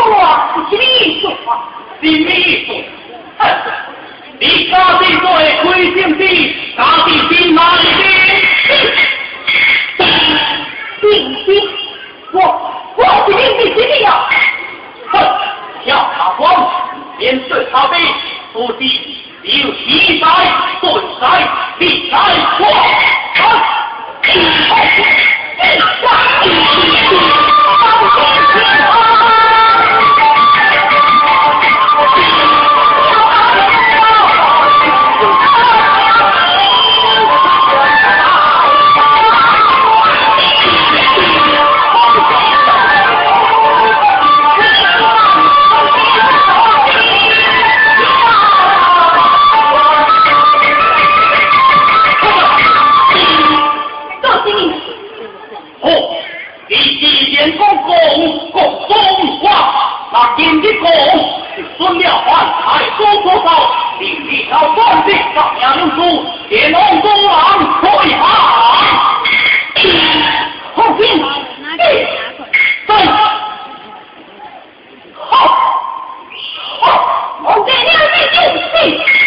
我是秘书啊， 是秘书，哼！你家己做的亏心事，家己心哪里定我是你的心啊！ 哼！跳大光，面对他的不是只有西塞、对塞、必塞、我今日讲孙了还太多多少，你一条断定上下用书，铁龙公王退下。后兵，对，好，我给你的就是。